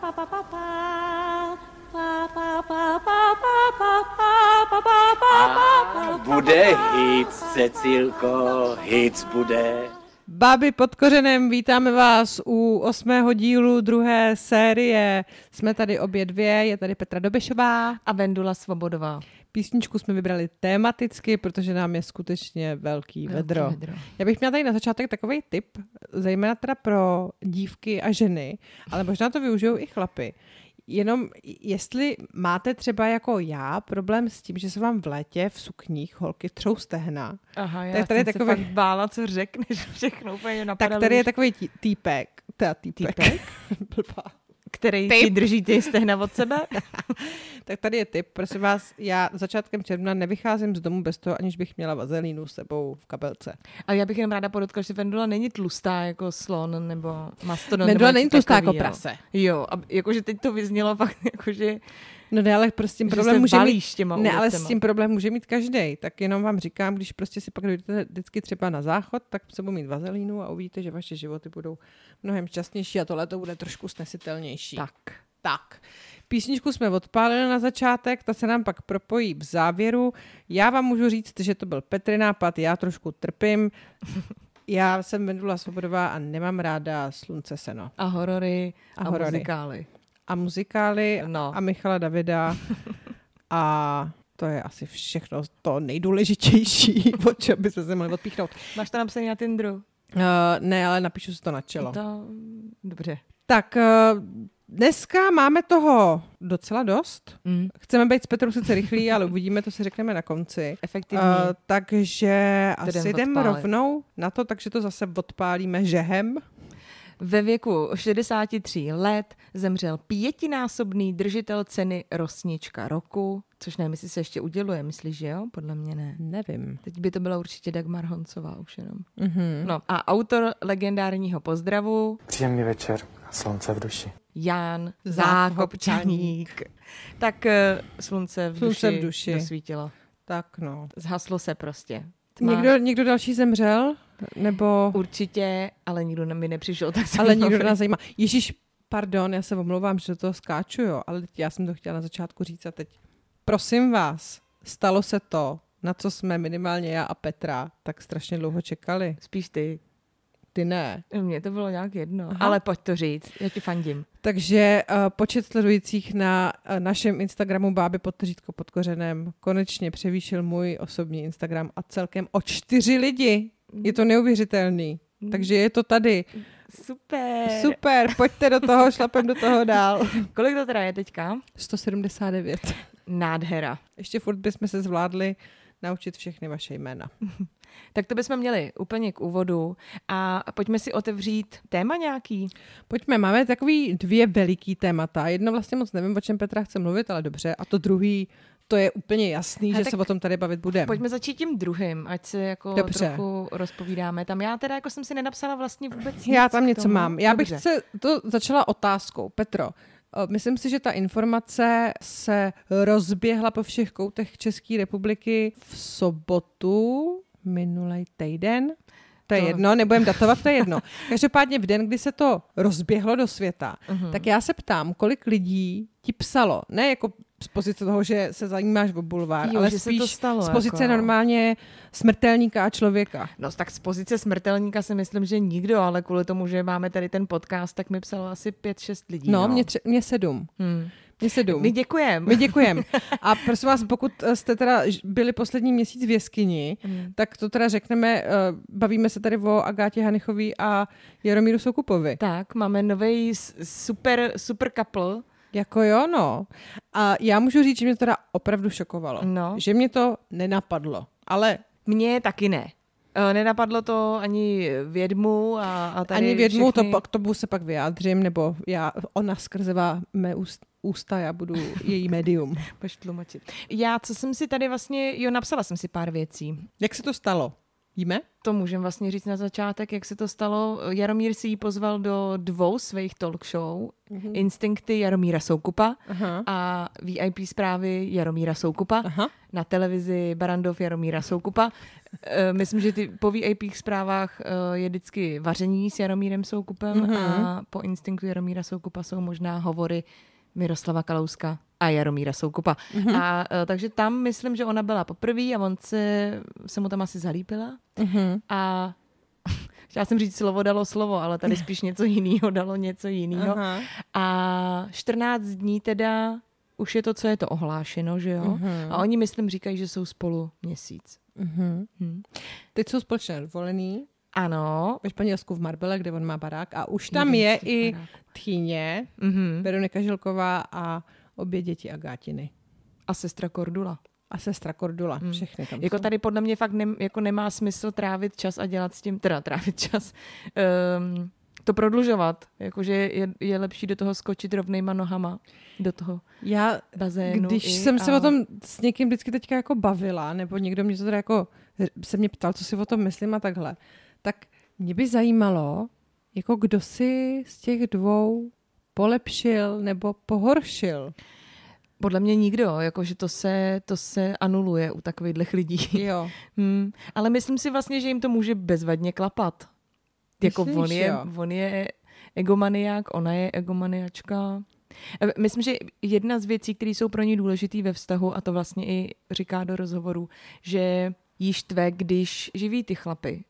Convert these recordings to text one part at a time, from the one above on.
Bude hit, Cecilko, hit bude. Báby pod kořenem, vítáme vás u 8. dílu 2. série. Jsme tady obě dvě, je tady Petra Dobešová a Vendula Svobodová. Písničku jsme vybrali tematicky, protože nám je skutečně velký vedro. Já bych měla tady na začátek takový tip, zejména teda pro dívky a ženy, ale možná to využijou i chlapy. Jenom jestli máte třeba jako já problém s tím, že se vám v létě v sukních holky třou stehna. Aha, já tak jsem takový... se fakt bála, co řekneš, všechno úplně napadalo. Tak tady je takový týpek. Který ti drží ty stehna od sebe? Tak tady je tip, prosím vás, já začátkem června nevycházím z domu bez toho, aniž bych měla vazelínu s sebou v kabelce. Ale já bych jenom ráda podotkla, že Vendula není tlustá jako slon nebo mastodon. Vendula není tlustá jako prase. Jo, a jakože teď to vyznělo fakt jakože... No ne, ale prostě s tím problém může mít, ne, ale s tím problém může mít každej. Tak jenom vám říkám, když prostě si pak dojdete vždycky třeba na záchod, tak se budou mít vazelínu a uvidíte, že vaše životy budou mnohem šťastnější a tohle to bude trošku snesitelnější. Tak. Písničku jsme odpálili na začátek, ta se nám pak propojí v závěru. Já vám můžu říct, že to byl Petry nápad, já trošku trpím. Já jsem Vendula Svobodová a nemám ráda Slunce, seno. A horory a muzikály. A muzikály a Michala Davida a to je asi všechno to nejdůležitější, o čem bychom se mohli odpíchnout. Máš to napsané na Tinderu? Ne, ale napíšu si to na čelo. Dobře. Tak dneska máme toho docela dost. Chceme být s Petrou sice rychlí, ale uvidíme, to si řekneme na konci. Efektivní. Takže asi jdeme rovnou na to, takže to zase odpálíme žehem. Ve věku 63 let zemřel 5násobný držitel ceny Rosnička roku, což nevím, jestli se ještě uděluje, myslíš, že jo? Podle mě ne. Nevím. Teď by to byla určitě Dagmar Honcová už jenom. Mm-hmm. No a autor legendárního pozdravu. Příjemný večer a slunce v duši. Jan Zákopčaník. Tak slunce v duši dosvítilo. Tak no. Zhaslo se prostě. Někdo další zemřel? Nebo... Určitě, ale nikdo mi nepřišel tak zajímavý. Ale nikdo nás zajímá. Ježíš, pardon, já se omlouvám, že do toho skáču, jo, ale já jsem to chtěla na začátku říct a teď. Prosím vás, stalo se to, na co jsme minimálně já a Petra tak strašně dlouho čekali. Spíš ty. Ty ne. Mně to bylo nějak jedno, ale pojď to říct, já ti fandím. Takže počet sledujících na našem Instagramu Báby pod kořenem konečně převýšil můj osobní Instagram a celkem o 4 lidi. Je to neuvěřitelný. Takže je to tady. Super, pojďte do toho, šlapem do toho dál. Kolik to teda je teďka? 179. Nádhera. Ještě furt bychom se zvládli naučit všechny vaše jména. Tak to bychom měli úplně k úvodu a pojďme si otevřít téma nějaký. Pojďme, máme takový 2 veliký témata. Jedno vlastně moc nevím, o čem Petra chce mluvit, ale dobře. A to druhý, to je úplně jasný, že se o tom tady bavit budeme. Pojďme začít tím druhým, ať se jako trochu rozpovídáme. Tam já teda jako jsem si nenapsala vlastně vůbec nic. Já tam něco mám. Já bych se to začala otázkou. Petro, myslím si, že ta informace se rozběhla po všech koutech České republiky v sobotu, minulý týden. To je jedno, nebudem datovat, to je jedno. Každopádně v den, kdy se to rozběhlo do světa, tak já se ptám, kolik lidí ti psalo, ne jako z pozice toho, že se zajímáš o bulvár, ale spíš z pozice jako normálně smrtelníka a člověka. No tak z pozice smrtelníka si myslím, že nikdo, ale kvůli tomu, že máme tady ten podcast, tak mi psalo asi 5-6 lidí. No. Mě 7. My děkujeme. A prosím vás, pokud jste teda byli poslední měsíc v jeskyni, tak to teda řekneme, bavíme se tady o Agátě Hanichový a Jaromíru Soukupovi. Tak, máme nový super couple. Jako jo, no. A já můžu říct, že mě to teda opravdu šokovalo. No. Že mě to nenapadlo, ale... Mně taky ne. Nenapadlo to ani vědmu a tady ani vědmu, všechny... k tomu se pak vyjádřím, nebo ona skrze mé ústa, já budu její médium. Pojď tlumočit. Já, co jsem si tady vlastně, napsala jsem si pár věcí. Jak se to stalo? Víme? To můžeme vlastně říct na začátek, jak se to stalo. Jaromír si ji pozval do 2 svých talk show. Instinkty Jaromíra Soukupa a VIP zprávy Jaromíra Soukupa. Na televizi Barrandov Jaromíra Soukupa. Myslím, že po VIP zprávách je vždycky vaření s Jaromírem Soukupem a po Instinktu Jaromíra Soukupa jsou možná hovory Miroslava Kalouska a Jaromíra Soukupa. A takže tam myslím, že ona byla poprvé a on se mu tam asi zalípila. A chtěla jsem říct, slovo dalo slovo, ale tady spíš něco jiného dalo něco jiného. A 14 dní teda už je to, co je to ohlášeno, že jo? A oni, myslím, říkají, že jsou spolu měsíc. Teď jsou společně dovolený. Ano. Ve Španělsku v Marbelle, kde on má barák. A už tam je i tchýně, Veronika Žilková a obě děti Agátiny. A sestra Kordula. A sestra Kordula. Všechny tam jako jsou. tady podle mě fakt jako nemá smysl trávit čas a dělat s tím, teda trávit čas, to prodlužovat. Jakože je lepší do toho skočit rovnejma nohama. Do toho bazénu. Když jsem se o tom s někým vždycky teďka jako bavila, nebo někdo mě to teda jako se mě ptal, co si o tom myslím a takhle, tak mě by zajímalo, jako kdo si z těch 2 polepšil nebo pohoršil. Podle mě nikdo, jakože to se anuluje u takových lidí. Jo. Ale myslím si vlastně, že jim to může bezvadně klapat. Jako on je egomaniák, ona je egomaniačka. Myslím, že jedna z věcí, které jsou pro ní důležitý ve vztahu, a to vlastně i říká do rozhovoru, že jí štve, když živí ty chlapy.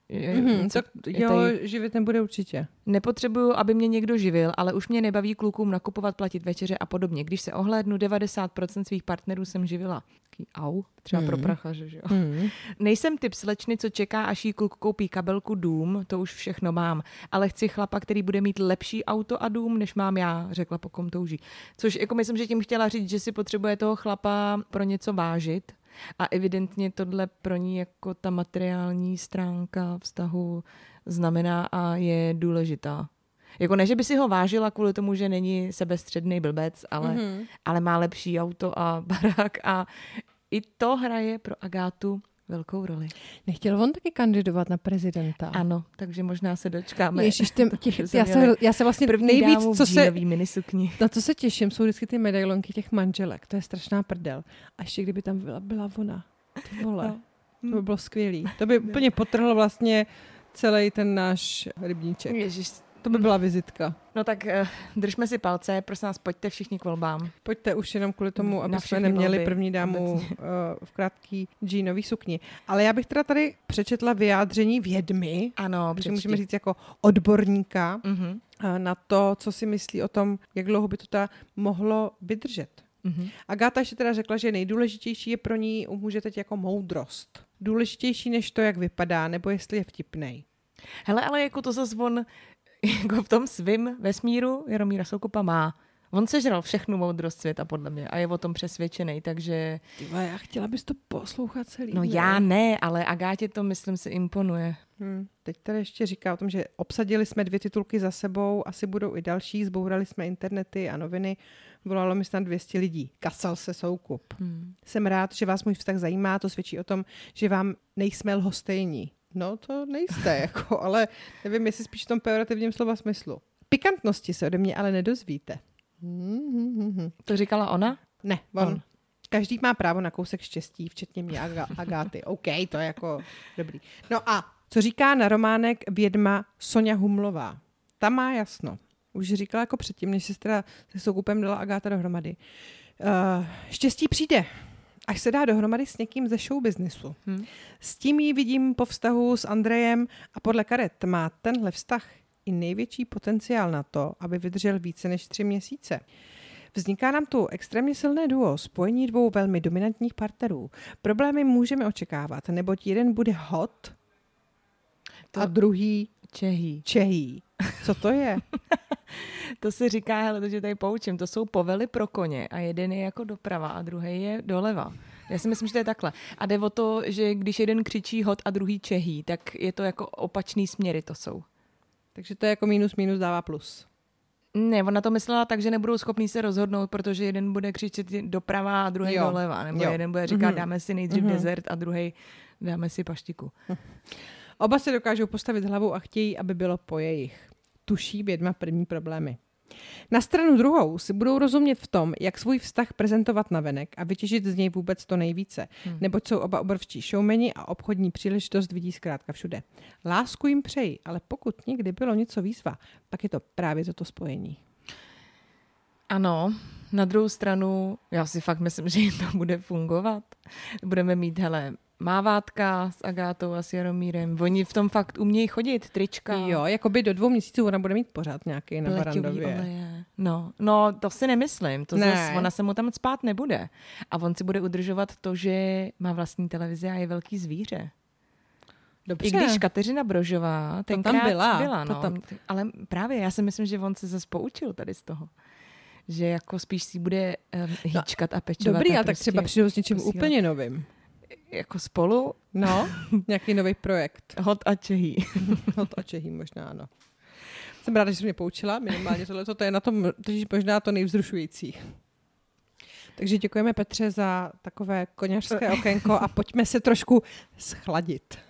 Živit nebude určitě. Nepotřebuju, aby mě někdo živil, ale už mě nebaví klukům nakupovat, platit večeře a podobně. Když se ohlédnu, 90% svých partnerů jsem živila. Třeba pro prachaře, že jo. Nejsem typ slečny, co čeká, až jí kluk koupí kabelku, dům, to už všechno mám. Ale chci chlapa, který bude mít lepší auto a dům, než mám já, řekla, po kom touží. Což jako myslím, že tím chtěla říct, že si potřebuje toho chlapa pro něco vážit. A evidentně tohle pro ní jako ta materiální stránka vztahu znamená a je důležitá. Jako ne, že by si ho vážila kvůli tomu, že není sebestředný blbec, ale má lepší auto a barák a i to hraje pro Agátu velkou roli. Nechtěl on taky kandidovat na prezidenta? Ano, takže možná se dočkáme. Ježiš, já se vlastně nejvíc, na co se těším, jsou vždycky ty medailonky těch manželek. To je strašná prdel. A ještě kdyby tam byla ona. Ty vole. To by bylo skvělý. To by úplně potrhlo vlastně celý ten náš rybníček. Ježiš. To by byla vizitka. No tak držme si palce, prosím nás, pojďte všichni k volbám. Pojďte už jenom kvůli tomu, aby jsme neměli volby. První dámu v krátký džínový sukni. Ale já bych teda tady přečetla vyjádření vědmy, ano, protože můžeme říct jako odborníka na to, co si myslí o tom, jak dlouho by to ta mohlo vydržet. Agáta ještě teda řekla, že nejdůležitější je pro ní u muže teď jako moudrost. Důležitější než to, jak vypadá, nebo jestli je vtipnej. Hele, ale jako to zase on jako v tom svým vesmíru Jaromíra Soukupa má. On sežral všechnu moudrost světa, podle mě, a je o tom přesvědčený, takže... Tyva, já chtěla bys to poslouchat celý. No já ne, ale Agátě to, myslím, si imponuje. Teď tady ještě říká o tom, že obsadili jsme 2 titulky za sebou, asi budou i další, zbourali jsme internety a noviny, volalo mi snad 200 lidí. Kasal se Soukup. Jsem rád, že vás můj vztah zajímá, to svědčí o tom, že vám nejsme lhostejní. No to nejste, jako, ale nevím, jestli spíš v tom pejorativním slova smyslu. Pikantnosti se ode mě ale nedozvíte. To říkala ona? Ne, on. Každý má právo na kousek štěstí, včetně mě Agáty. OK, to je jako dobrý. No a co říká na románek vědma Sonja Humlová? Ta má jasno. Už říkala jako předtím, než se teda se Soukupem dala Agáta dohromady. Štěstí přijde, až se dá dohromady s někým ze showbiznisu. S tím ji vidím po vztahu s Andrejem a podle karet má tenhle vztah i největší potenciál na to, aby vydržel více než 3 měsíce. Vzniká nám tu extrémně silné duo, spojení 2 velmi dominantních partnerů. Problémy můžeme očekávat, neboť jeden bude hot a druhý čehý. Co to je? To se říká, hele, to, že tady poučím, to jsou povely pro koně a jeden je jako doprava a druhý je doleva. Já si myslím, že to je takhle. A jde o to, že když jeden křičí hot a druhý čehý, tak je to jako opačný směry to jsou. Takže to je jako minus dává plus. Ne, ona to myslela tak, že nebudou schopní se rozhodnout, protože jeden bude křičet doprava a druhý doleva. Nebo jeden bude říkat, dáme si nejdřív dezert a druhý dáme si paštiku. Oba se dokážou postavit hlavou a chtějí, aby bylo po jejich. Tuší vědma první problémy. Na stranu druhou si budou rozumět v tom, jak svůj vztah prezentovat navenek a vytěžit z něj vůbec to nejvíce, neboť jsou oba obrovští showmeni a obchodní příležitost vidí zkrátka všude. Lásku jim přeji, ale pokud někdy bylo něco výzva, pak je to právě toto spojení. Ano, na druhou stranu, já si fakt myslím, že jim to bude fungovat. Budeme mít, mávátka s Agátou a s Jaromírem. Oni v tom fakt umějí chodit, trička. Jo, jakoby do 2 měsíců ona bude mít pořád nějaký na Barandově. No, to si nemyslím. To zase, ona se mu tam spát nebude. A on si bude udržovat to, že má vlastní televizi a je velký zvíře. Dobře. I když Kateřina Brožová tenkrát tam byla. No. Ale právě já si myslím, že on se zase poučil tady z toho. Že jako spíš si bude hýčkat a pečovat. Dobrý, ale prostě tak třeba přijdou s něčím posílat. úplně novým. Jako spolu? No, nějaký nový projekt. Hot a Čehý. Hot a Čehý možná, ano. Jsem ráda, že jsi mě poučila, minimálně tohleto, to je na tom totiž možná to nejvzrušující. Takže děkujeme Petře za takové koněřské okénko a pojďme se trošku schladit.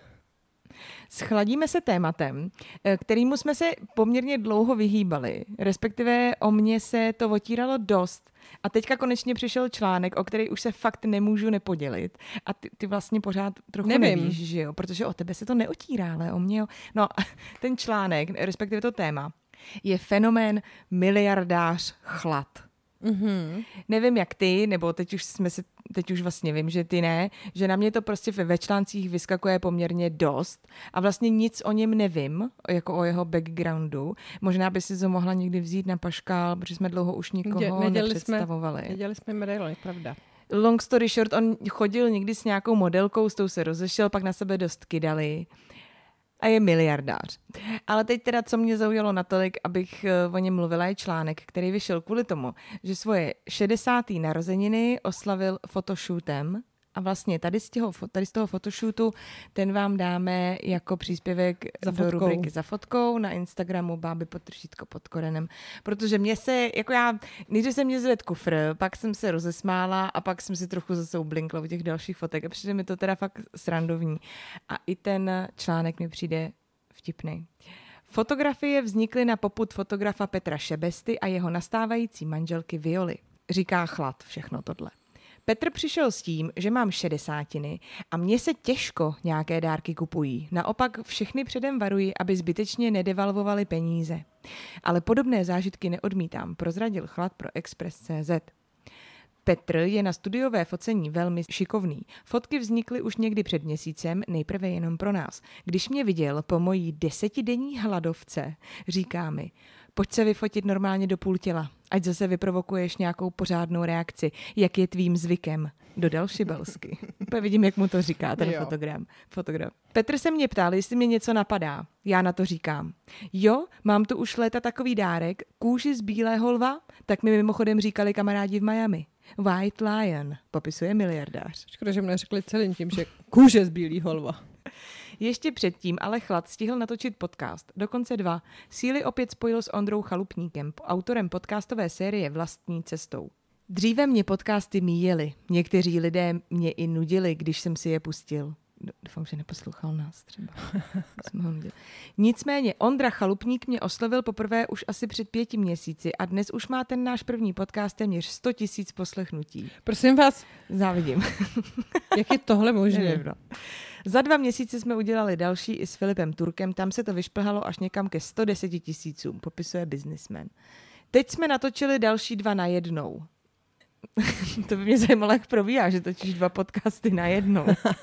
Schladíme se tématem, kterému jsme se poměrně dlouho vyhýbali, respektive o mně se to otíralo dost. A teďka konečně přišel článek, o který už se fakt nemůžu nepodělit. A ty vlastně pořád trochu nevíš, že jo? Protože o tebe se to neotírá, ale o mě jo. No, ten článek, respektive to téma, je fenomén miliardář chlad. Mm-hmm. Nevím jak ty, nebo teď už vlastně vím, že ty ne, že na mě to prostě ve článcích vyskakuje poměrně dost a vlastně nic o něm nevím, jako o jeho backgroundu. Možná by si to mohla někdy vzít na paškál, protože jsme dlouho už nikoho nepředstavovali. Nedělali jsme medaily, pravda. Long story short, on chodil někdy s nějakou modelkou, s tou se rozešel, pak na sebe dost kydali. A je miliardář. Ale teď teda, co mě zaujalo natolik, abych o něm mluvila, je článek, který vyšel kvůli tomu, že svoje 60. narozeniny oslavil fotoshootem a vlastně tady z toho fotoshootu ten vám dáme jako příspěvek do rubriky Za fotkou na Instagramu Báby_pod_korenem, protože nejdřív se mě zvedl kufr, pak jsem se rozesmála a pak jsem si trochu zase ublinkla u těch dalších fotek a přijde mi to teda fakt srandovní. A i ten článek mi přijde vtipný. Fotografie vznikly na popud fotografa Petra Šebesty a jeho nastávající manželky Violy. Říká Chlad všechno tohle. Petr přišel s tím, že mám 60 a mně se těžko nějaké dárky kupují. Naopak všechny předem varuji, aby zbytečně nedevalvovali peníze. Ale podobné zážitky neodmítám, prozradil Chlad pro Express.cz. Petr je na studiové focení velmi šikovný. Fotky vznikly už někdy před měsícem, nejprve jenom pro nás. Když mě viděl po mojí 10denní hladovce, říká mi, pojď se vyfotit normálně do půl těla, ať zase vyprovokuješ nějakou pořádnou reakci, jak je tvým zvykem, dodal šibelsky. Vidím, jak mu to říká ten fotograf. Petr se mě ptal, jestli mě něco napadá. Já na to říkám. Jo, mám tu už léta takový dárek, kůži z bílého lva, tak mi mimochodem říkali kamarádi v Miami. White Lion, popisuje miliardář. Škoda, že mě řekli celým tím, že kůže z bílého lva. Ještě předtím ale Chlad stihl natočit podcast, dokonce 2. Síly opět spojil s Ondrou Chalupníkem, autorem podcastové série Vlastní cestou. Dříve mě podcasty míjely, někteří lidé mě i nudili, když jsem si je pustil. Doufám, že neposlouchal nás třeba. Nicméně Ondra Chalupník mě oslovil poprvé už asi před 5 měsíci a dnes už má ten náš první podcast téměř 100 000 poslechnutí. Prosím vás. Závidím. Jak je tohle možné? Za 2 měsíce jsme udělali další i s Filipem Turkem, tam se to vyšplhalo až někam ke 110 000, popisuje businessman. Teď jsme natočili další 2 najednou. To by mě zajímalo, jak probíhá, že točíš 2 podcasty najednou.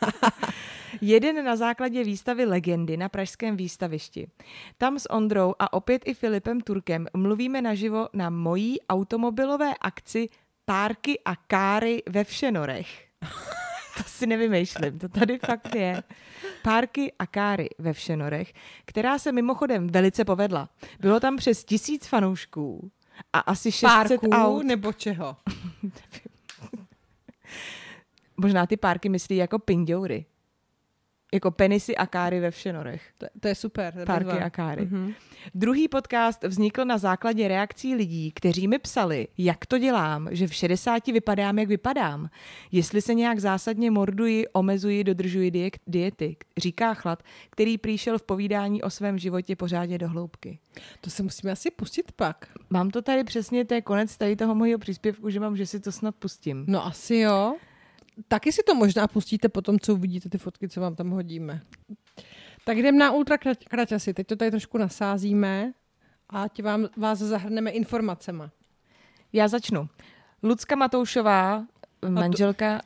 Jeden na základě výstavy Legendy na pražském výstavišti. Tam s Ondrou a opět i Filipem Turkem mluvíme naživo na mojí automobilové akci Párky a káry ve Všenorech. To si nevymýšlím, to tady fakt je. Párky a káry ve Všenorech, která se mimochodem velice povedla. Bylo tam přes 1000 fanoušků a asi 600 Párků aut. Nebo čeho? Možná ty párky myslí jako pindoury. Jako penisy a káry ve Všenorech. To je super. Párky a káry. Druhý podcast vznikl na základě reakcí lidí, kteří mi psali, jak to dělám, že v 60 vypadám, jak vypadám. Jestli se nějak zásadně morduji, omezuji, dodržuji diety, říká chlap, který přišel v povídání o svém životě pořádně do hloubky. To se musíme asi pustit pak. Mám to tady přesně, to je konec tady toho mojího příspěvku, že si to snad pustím. No asi jo. Taky si to možná pustíte potom, co uvidíte ty fotky, co vám tam hodíme. Tak jdem na ultrakraťasy. Teď to tady trošku nasázíme a vás zahrneme informacema. Já začnu. Lucka Matoušová, manželka...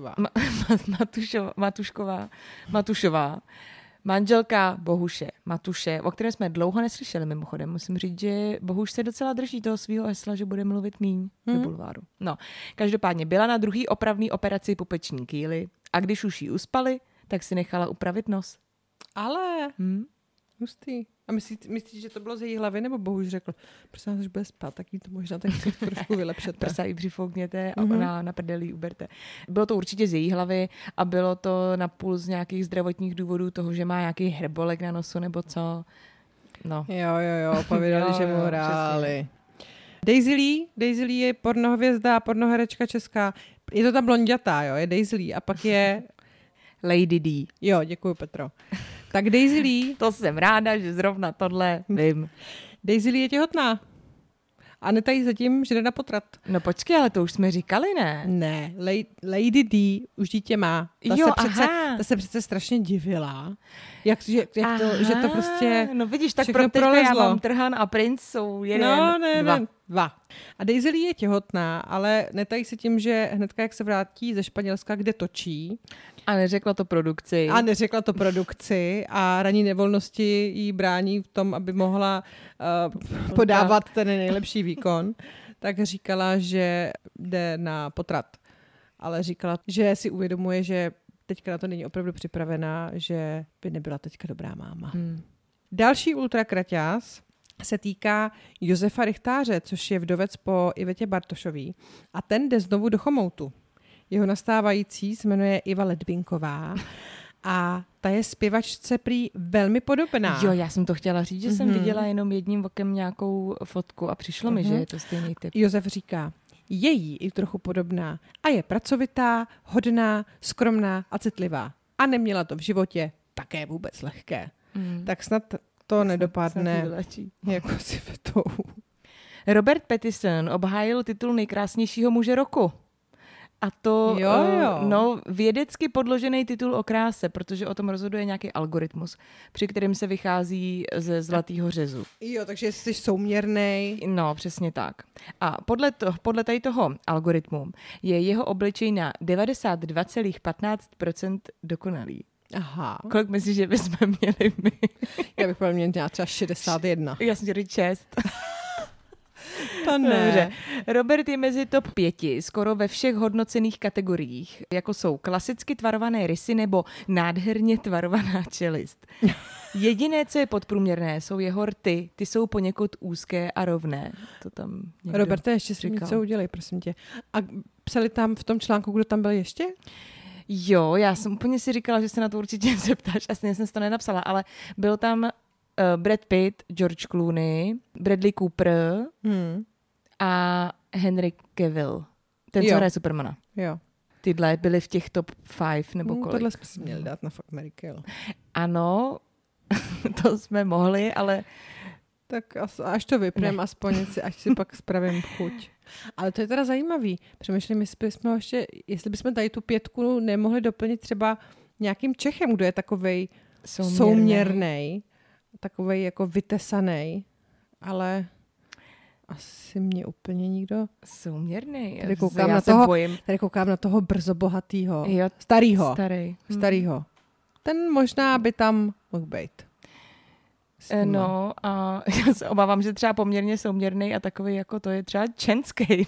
Matušková, manželka Bohuše Matuše, o kterém jsme dlouho neslyšeli mimochodem. Musím říct, že Bohuš se docela drží toho svého hesla, že bude mluvit míň do bulváru. No, každopádně byla na druhý opravný operaci pupeční kýly a když už jí uspali, tak si nechala upravit nos. Ale... Hustý. A myslíš, že to bylo z její hlavy, nebo Bohuž řekl, prosím vás, že bude spát, tak jí to možná tak si trošku vylepšete. Prsa jí přifoukněte a ona na prdeli uberte. Bylo to určitě z její hlavy a bylo to napůl z nějakých zdravotních důvodů toho, že má nějaký herbolek na nosu nebo co. No. Jo, povědali, že mu hráli. Daisy Lee je pornohvězda, pornoherečka česká. Je to ta blondětá, jo, je Daisy Lee. A pak je... Lady D. Jo, děkuji, Petro. Tak Daisy Lee... To jsem ráda, že zrovna tohle vím. Daisy Lee je těhotná. A netají zatím, že jde na potrat. No počkej, ale to už jsme říkali, ne? Ne, Lady D už dítě má. Ta se přece strašně divila. Že to prostě... No vidíš, tak pro teďka já mám Trhan a Prince jsou dva. A Daisy Lee je těhotná, ale netají se tím, že hnedka, jak se vrátí ze Španělska, kde točí. A neřekla to produkci. A ranní nevolnosti jí brání v tom, aby mohla podávat ten nejlepší výkon. Tak říkala, že jde na potrat. Ale říkala, že si uvědomuje, že teďka na to není opravdu připravená, že by nebyla teďka dobrá máma. Další ultrakraťas se týká Josefa Richtáře, což je vdovec po Ivetě Bartošový. A ten jde znovu do Chomoutu. Jeho nastávající se jmenuje Iva Ledvinková a ta je zpěvačce prý velmi podobná. Jo, já jsem to chtěla říct, že jsem viděla jenom jedním okem nějakou fotku a přišlo mi, že je to stejný typ. Josef říká, je jí i trochu podobná a je pracovitá, hodná, skromná a citlivá. A neměla to v životě také vůbec lehké. Tak snad to nedopadne jako si vetou. Robert Pattinson obhájil titul nejkrásnějšího muže roku. A to No, vědecky podložený titul o kráse, protože o tom rozhoduje nějaký algoritmus, při kterém se vychází ze zlatého řezu. Jo, takže jsi souměrnej. No, přesně tak. A podle tady toho algoritmu je jeho obličej na 92,15% dokonalý. Aha. Kolik myslíš, že bychom měli my? Já bych měla třeba 61. Já jsem říct 6. To ne. Dobře. Robert je mezi top 5 skoro ve všech hodnocených kategoriích, jako jsou klasicky tvarované rysy nebo nádherně tvarovaná čelist. Jediné, co je podprůměrné, jsou jeho rty. Ty jsou poněkud úzké a rovné. To tam Roberte, ještě si něco udělej, prosím tě. A psali tam v tom článku, kdo tam byl ještě? Jo, já jsem úplně si říkala, že se na to určitě zeptáš, asi jsem to nenapsala, ale byl tam Brad Pitt, George Clooney, Bradley Cooper a Henry Cavill. Ten, co hraje Supermana. Jo. Tyhle byly v těch top 5 nebo kolik. Tohle jsme si měli dát na Fuck, Marry, Kill. Ano, to jsme mohli, ale... Tak až to vypnem, aspoň až si pak spravím chuť. Ale to je teda zajímavý. Přemýšlím, jestli bychom tady tu 5 nemohli doplnit třeba nějakým Čechem, kdo je takovej souměrnej, takovej jako vytesanej, ale asi mě úplně nikdo... Souměrnej. Tady koukám na toho brzo bohatýho. Jo, Starýho. Ten možná by tam mohl být. No a já se obávám, že třeba poměrně souměrnej a takový jako to je třeba Čenský.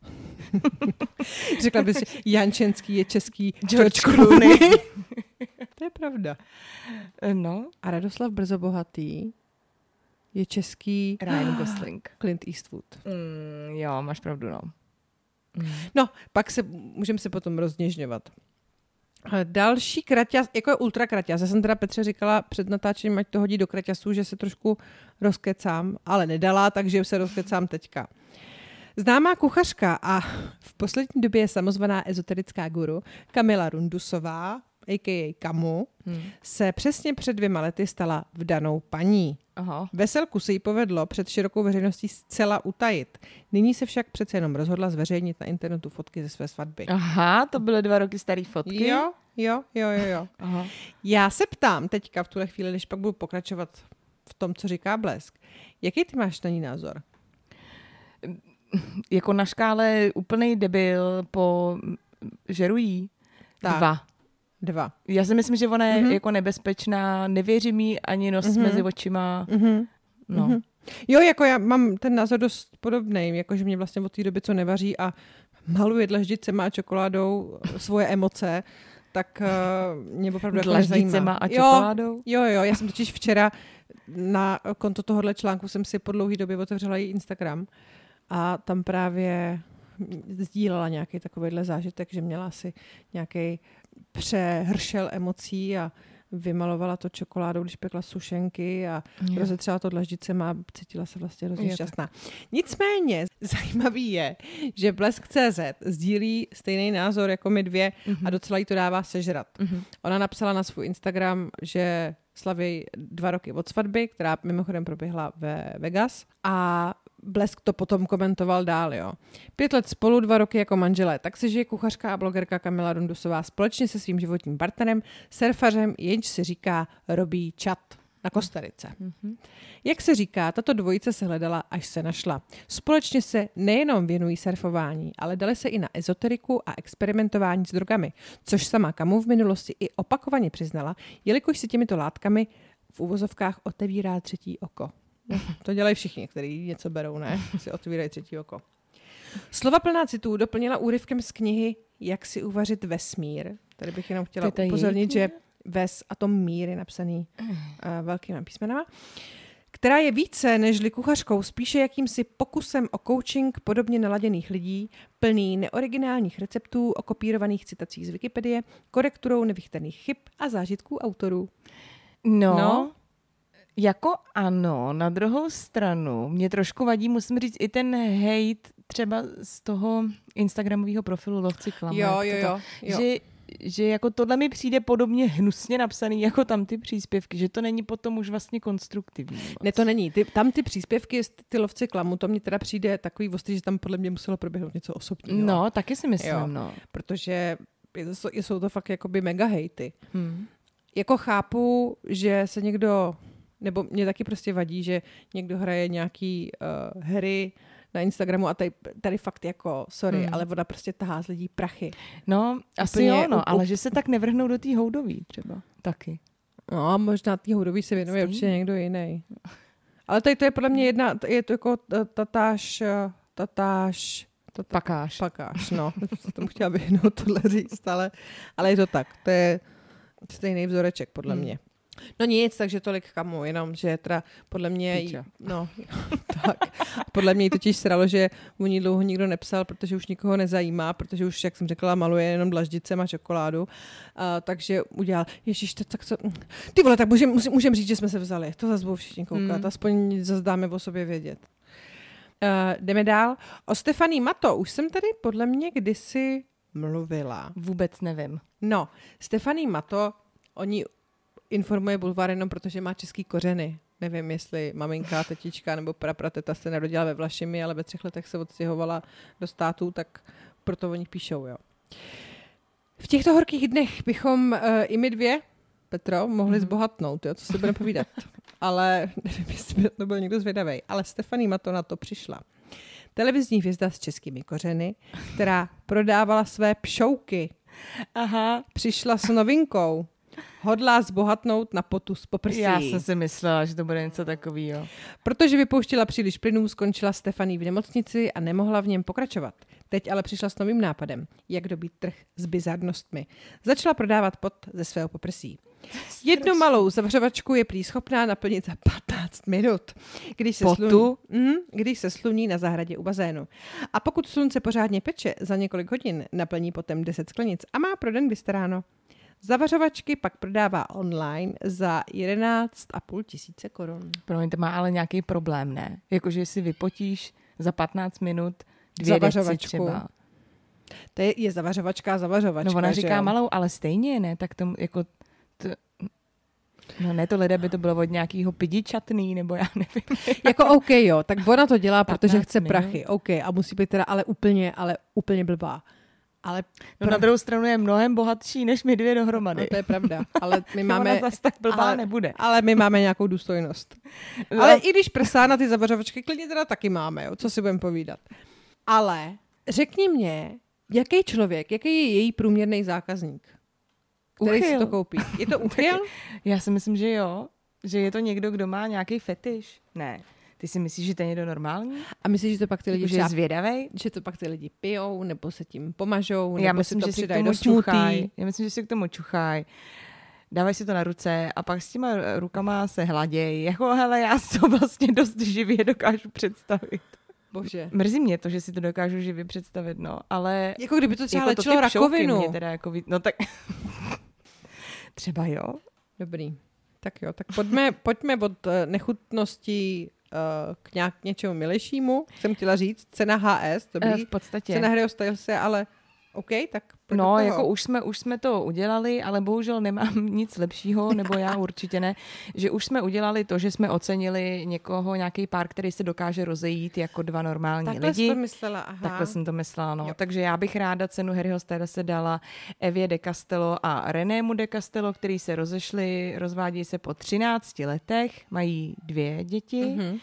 Řekla bys, že Jan Čenský je český George Clooney. To je pravda. No. A Radoslav Brzobohatý je český Ryan Gosling. Clint Eastwood. Jo, máš pravdu, no. No, pak můžeme se potom rozněžňovat. Další kraťas, jako je ultra kraťas. Já jsem teda Petře říkala před natáčením, ať to hodí do kraťasů, že se trošku rozkecám, ale nedala, takže se rozkecám teďka. Známá kuchařka a v poslední době je samozvaná ezoterická guru Kamila Rundusová, a.k.a. Kamu, se přesně před 2 lety stala vdanou paní. Aha. Veselku se jí povedlo před širokou veřejností zcela utajit. Nyní se však přece jenom rozhodla zveřejnit na internetu fotky ze své svatby. Aha, to byly 2 roky staré fotky? Jo. Aha. Já se ptám teďka v tuhle chvíli, když pak budu pokračovat v tom, co říká Blesk. Jaký ty máš na ní názor? Jako na škále úplnej debil po žerují? Tak. 2. Já si myslím, že ona je jako nebezpečná, nevěřím jí ani nos mezi očima. No. Jo, jako já mám ten názor dost podobný, jakože mě vlastně od té doby, co nevaří a maluje dlaždicema a čokoládou svoje emoce, tak mě opravdu jako dlaždicema a čokoládou? Jo, já jsem totiž včera na konto tohohle článku jsem si po dlouhé době otevřela její Instagram a tam právě sdílela nějaký takovýhle zážitek, že měla asi nějaký přehršel emocí a vymalovala to čokoládou, když pekla sušenky a rozetřela to dlaždicema a cítila se vlastně hrozně šťastná. Nicméně zajímavý je, že Blesk.cz sdílí stejný názor jako my 2 a docela jí to dává sežrat. Ona napsala na svůj Instagram, že slaví 2 roky od svatby, která mimochodem proběhla ve Vegas a Blesk to potom komentoval dál, jo. 5 let spolu, 2 roky jako manželé. Tak se žije kuchařka a blogerka Kamila Rundusová společně se svým životním partnerem, surfařem, jenž se říká Robí Čat na Kostarice. Jak se říká, tato dvojice se hledala, až se našla. Společně se nejenom věnují surfování, ale dali se i na ezoteriku a experimentování s drogami, což sama Kamu v minulosti i opakovaně přiznala, jelikož si těmito látkami v uvozovkách otevírá třetí oko. To dělají všichni, kteří něco berou, ne? Si otvírají třetí oko. Slova plná citů doplnila úryvkem z knihy Jak si uvařit vesmír. Tady bych jenom chtěla upozornit, že ves a to mír je napsaný velkými písmenama, která je více nežli kuchařkou, spíše jakýmsi pokusem o coaching podobně naladěných lidí, plný neoriginálních receptů, okopírovaných citací z Wikipedie, korekturou nevychtaných chyb a zážitků autorů. No. Jako ano, na druhou stranu mě trošku vadí, musím říct, i ten hate třeba z toho instagramového profilu Lovci klamu. Jo. Že jako tohle mi přijde podobně hnusně napsaný jako tam ty příspěvky, že to není potom už vlastně konstruktivní. Moc. Ne, to není. Tam ty příspěvky, ty Lovci klamu, to mně teda přijde takový ostrý, že tam podle mě muselo proběhnout něco osobního. No, taky si myslím, Protože jsou to fakt jakoby mega hejty. Jako chápu, že se někdo, nebo mě taky prostě vadí, že někdo hraje nějaký hry na Instagramu a tady fakt jako, sorry, ale voda prostě tahá z lidí prachy. No, asi jo, ale že se tak nevrhnou do té houdový třeba taky. No a možná té houdový se věnuje určitě někdo jiný. Ale tady to je podle mě je to jako Pakáš, no. To jsem chtěla vyhnout tohle říct, ale je to tak. To je stejný vzoreček, podle mě. No nic, takže tolik Kamu, jenom, že teda podle mě tak. Podle mě jí totiž sralo, že u ní dlouho nikdo nepsal, protože už nikoho nezajímá, protože už, jak jsem řekla, maluje jenom dlaždicem a čokoládu. Takže udělal, ježiš, tak co... Ty vole, tak můžem říct, že jsme se vzali. To zase budou všichni koukat, aspoň zase dáme o sobě vědět. Jdeme dál. O Stephanie Matto už jsem tady podle mě kdysi mluvila. Vůbec nevím. No, Stephanie Matto, oni informuje Bulvár jenom protože má český kořeny. Nevím, jestli maminka, tetička nebo praprateta se narodila ve Vlašimi, ale ve 3 letech se odstěhovala do států, tak proto oni píšou, jo. V těchto horkých dnech bychom i my 2, Petro, mohli zbohatnout, jo, co si budeme povídat. Ale nevím, jestli by to byl někdo zvědavej. Ale Stephanie Matto na to přišla. Televizní hvězda s českými kořeny, která prodávala své pšouky. Aha. Přišla s novinkou. Hodlá zbohatnout na potu z poprsí. Já jsem si myslela, že to bude něco takového. Protože vypouštila příliš plynů, skončila Stephanie v nemocnici a nemohla v něm pokračovat. Teď ale přišla s novým nápadem, jak dobít trh s bizarnostmi. Začala prodávat pot ze svého poprsí. Jednu malou zavřovačku je prý schopná naplnit za 15 minut, když se sluní na zahradě u bazénu. A pokud slunce pořádně peče, za několik hodin naplní potem 10 sklenic a má pro den vystaráno. Zavařovačky pak prodává online za 11,5 tisíce korun. Promiň, to má ale nějaký problém, ne? Jakože si vypotíš za 15 minut 2 deci třeba. To je zavařovačka. No ona říká malou, ale stejně, ne? Tak to jako... No ne, to lidé by to bylo od nějakého pidičatný, nebo já nevím. Jako OK, jo, tak ona to dělá, protože chce prachy. OK, a musí být teda ale úplně blbá. Ale na druhou stranu je mnohem bohatší, než my dvě dohromady. No, to je pravda, ale my máme... Ona zase tak blbá nebude. Ale my máme nějakou důstojnost. No. Ale i když prsá na ty zavařovačky, klidně teda taky máme, jo, co si budeme povídat. Ale řekni mě, jaký člověk, jaký je její průměrný zákazník, který si to koupí? Je to uchyl? Já si myslím, že jo. Že je to někdo, kdo má nějaký fetiš. Ne. Ty si myslíš, že to je někdo normální? A myslíš, že to pak ty lidi je zvědavej? Že to pak ty lidi pijou, nebo se tím pomažou, nebo já myslím, si to že přidají do smoothie? Já myslím, že si k tomu čuchají. Dávají si to na ruce a pak s těma rukama se hladějí. Jako hele, já si to vlastně dost živě dokážu představit. Bože. Mrzí mě to, že si to dokážu živě představit, no, ale... Jako kdyby to třeba jako léčilo rakovinu. Mě teda jako no tak... Třeba jo. Dobrý. Tak jo, tak pojďme od nechutností k něčemu milejšímu. Jsem chtěla říct, cena HS, dobrý. V podstatě. Cena Harryho Stylese, ale OK, tak no, jako už jsme to udělali, ale bohužel nemám nic lepšího, nebo já určitě ne, že už jsme udělali to, že jsme ocenili nějaký pár, který se dokáže rozejít jako dva normální takhle lidi. Takhle jsi to myslela, aha. Takhle jsem to myslela, no. Jo. Takže já bych ráda cenu Harryho Stylese dala Evě de Castello a Renému de Castello, který se rozešli, rozvádějí se po 13 letech, mají 2 děti. Mm-hmm.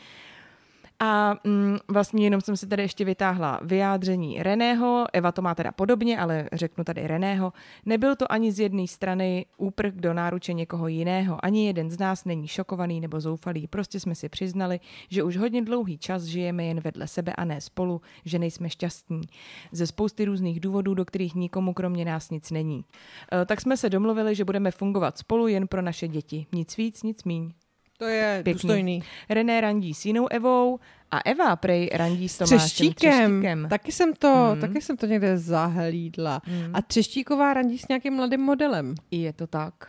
A vlastně jenom jsem si tady ještě vytáhla vyjádření Reného, Eva to má teda podobně, ale řeknu tady Reného. Nebyl to ani z jedné strany úprk do náruče někoho jiného. Ani jeden z nás není šokovaný nebo zoufalý. Prostě jsme si přiznali, že už hodně dlouhý čas žijeme jen vedle sebe a ne spolu, že nejsme šťastní. Ze spousty různých důvodů, do kterých nikomu kromě nás nic není. Tak jsme se domluvili, že budeme fungovat spolu jen pro naše děti. Nic víc, nic míň. To je pěkný. Důstojný. René randí s jinou Evou a Eva prej randí s Tomášem Třeštíkem. Taky jsem to někde zahlídla. A Třeštíková randí s nějakým mladým modelem. Je to tak.